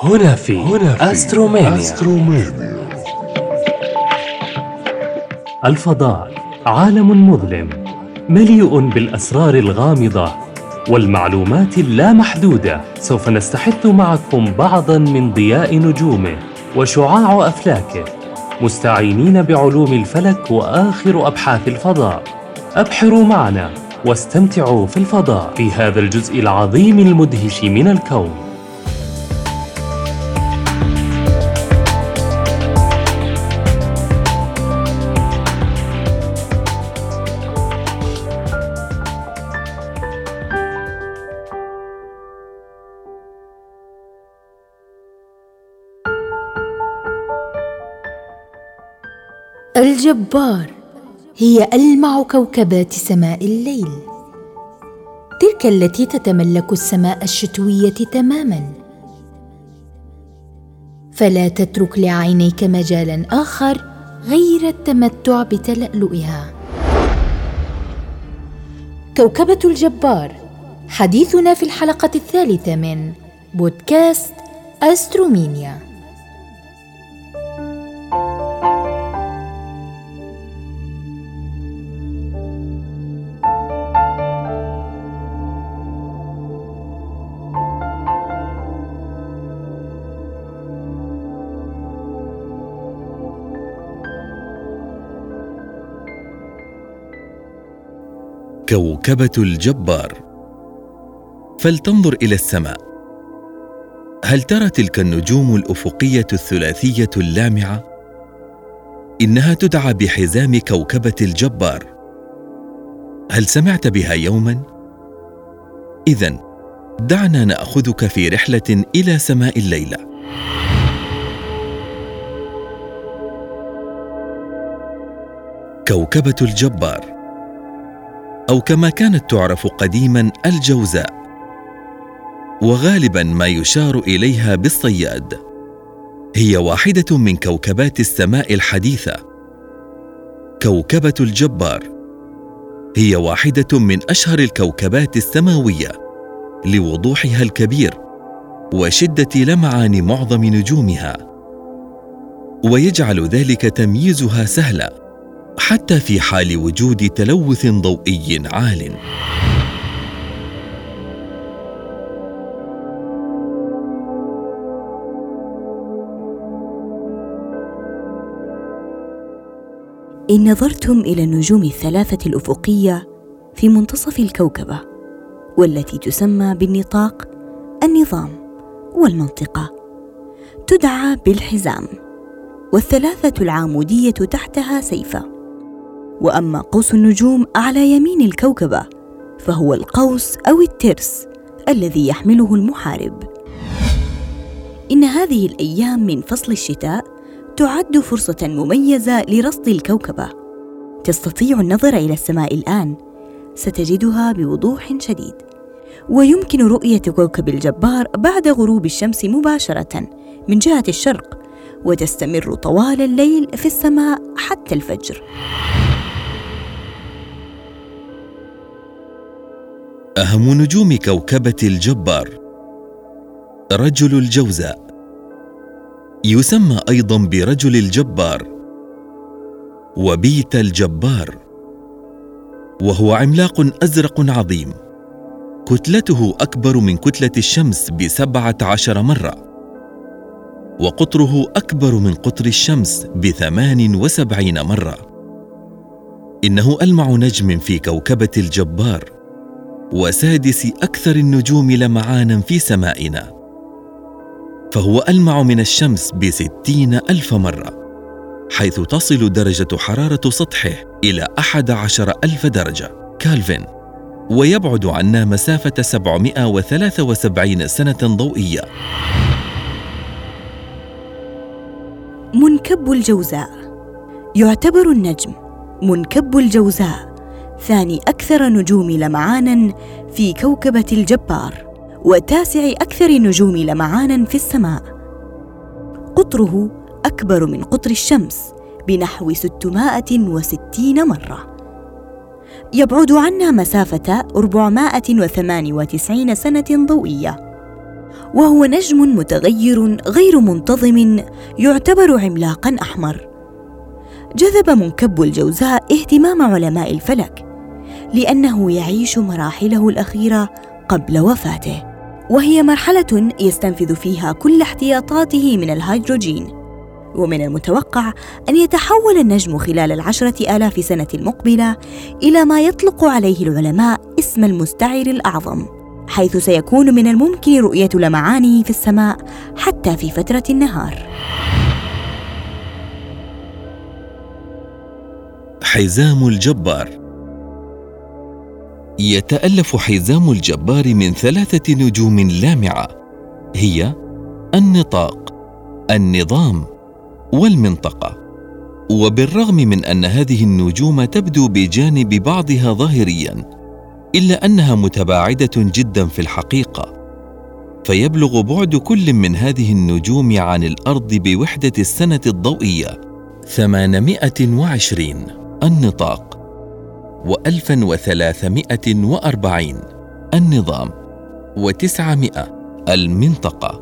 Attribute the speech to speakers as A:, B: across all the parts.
A: هنا في أسترومانيا. الفضاء عالم مظلم مليء بالأسرار الغامضة والمعلومات اللامحدودة. سوف نستحث معكم بعضاً من ضياء نجومه وشعاع أفلاكه، مستعينين بعلوم الفلك وآخر أبحاث الفضاء. أبحروا معنا واستمتعوا في الفضاء في هذا الجزء العظيم المدهش من الكون.
B: الجبار هي ألمع كوكبات سماء الليل، تلك التي تتملك السماء الشتوية تماماً، فلا تترك لعينيك مجالاً آخر غير التمتع بتلألؤها. كوكبة الجبار، حديثنا في الحلقة 3 من بودكاست أسترومينيا.
C: كوكبة الجبار. فلتنظر إلى السماء، هل ترى تلك النجوم الأفقية الثلاثية اللامعة؟ إنها تدعى بحزام كوكبة الجبار. هل سمعت بها يوماً؟ إذن دعنا نأخذك في رحلة إلى سماء الليلة. كوكبة الجبار، أو كما كانت تعرف قديماً الجوزاء، وغالباً ما يشار إليها بالصياد، هي واحدة من كوكبات السماء الحديثة. كوكبة الجبار هي واحدة من أشهر الكوكبات السماوية لوضوحها الكبير وشدة لمعان معظم نجومها، ويجعل ذلك تمييزها سهلاً حتى في حال وجود تلوث ضوئي عال.
D: إن نظرتم إلى النجوم الثلاثة الأفقية في منتصف الكوكبة، والتي تسمى بالنطاق، النظام، والمنطقة، تدعى بالحزام، والثلاثة العامودية تحتها سيفة. وأما قوس النجوم على يمين الكوكبة فهو القوس أو الترس الذي يحمله المحارب. إن هذه الأيام من فصل الشتاء تعد فرصة مميزة لرصد الكوكبة. تستطيع النظر إلى السماء الآن، ستجدها بوضوح شديد، ويمكن رؤية كوكب الجبار بعد غروب الشمس مباشرة من جهة الشرق، وتستمر طوال الليل في السماء حتى الفجر.
C: أهم نجوم كوكبة الجبار: رجل الجوزاء، يسمى أيضاً برجل الجبار وبيت الجبار، وهو عملاق أزرق عظيم، كتلته أكبر من كتلة الشمس ب17 مرة، وقطره أكبر من قطر الشمس ب78 مرة. إنه ألمع نجم في كوكبة الجبار، وسادس أكثر النجوم لمعاناً في سمائنا، فهو ألمع من الشمس ب60,000 مرة، حيث تصل درجة حرارة سطحه إلى 11,000 درجة كالفن، ويبعد عنا مسافة 773 سنة ضوئية.
D: منكب الجوزاء. يعتبر النجم منكب الجوزاء ثاني أكثر نجوم لمعاناً في كوكبة الجبار، وتاسع أكثر النجوم لمعاناً في السماء. قطره أكبر من قطر الشمس بنحو 660 مرة. يبعد عنا مسافة 498 سنة ضوئية، وهو نجم متغير غير منتظم يعتبر عملاقاً أحمر. جذب منكب الجوزاء اهتمام علماء الفلك لأنه يعيش مراحله الأخيرة قبل وفاته، وهي مرحلة يستنفذ فيها كل احتياطاته من الهيدروجين، ومن المتوقع أن يتحول النجم خلال 10,000 سنة المقبلة إلى ما يطلق عليه العلماء اسم المستعر الأعظم، حيث سيكون من الممكن رؤية لمعانه في السماء حتى في فترة النهار.
C: حزام الجبار. يتألف حزام الجبار من 3 نجوم لامعة، هي النطاق، النظام، والمنطقة. وبالرغم من أن هذه النجوم تبدو بجانب بعضها ظاهرياً، إلا أنها متباعدة جداً في الحقيقة، فيبلغ بعد كل من هذه النجوم عن الأرض بوحدة السنة الضوئية 820 النطاق، و1340 النظام، و900 المنطقة.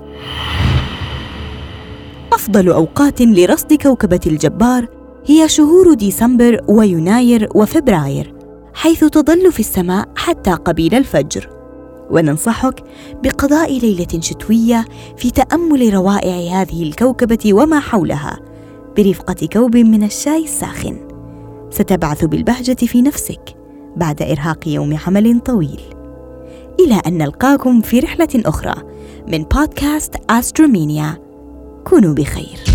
D: أفضل أوقات لرصد كوكبة الجبار هي شهور ديسمبر ويناير وفبراير، حيث تظل في السماء حتى قبيل الفجر. وننصحك بقضاء ليلة شتوية في تأمل روائع هذه الكوكبة وما حولها برفقة كوب من الشاي الساخن. ستبعث بالبهجة في نفسك بعد إرهاق يوم عمل طويل. إلى أن نلقاكم في رحلة أخرى من بودكاست أسترومينيا. كونوا بخير.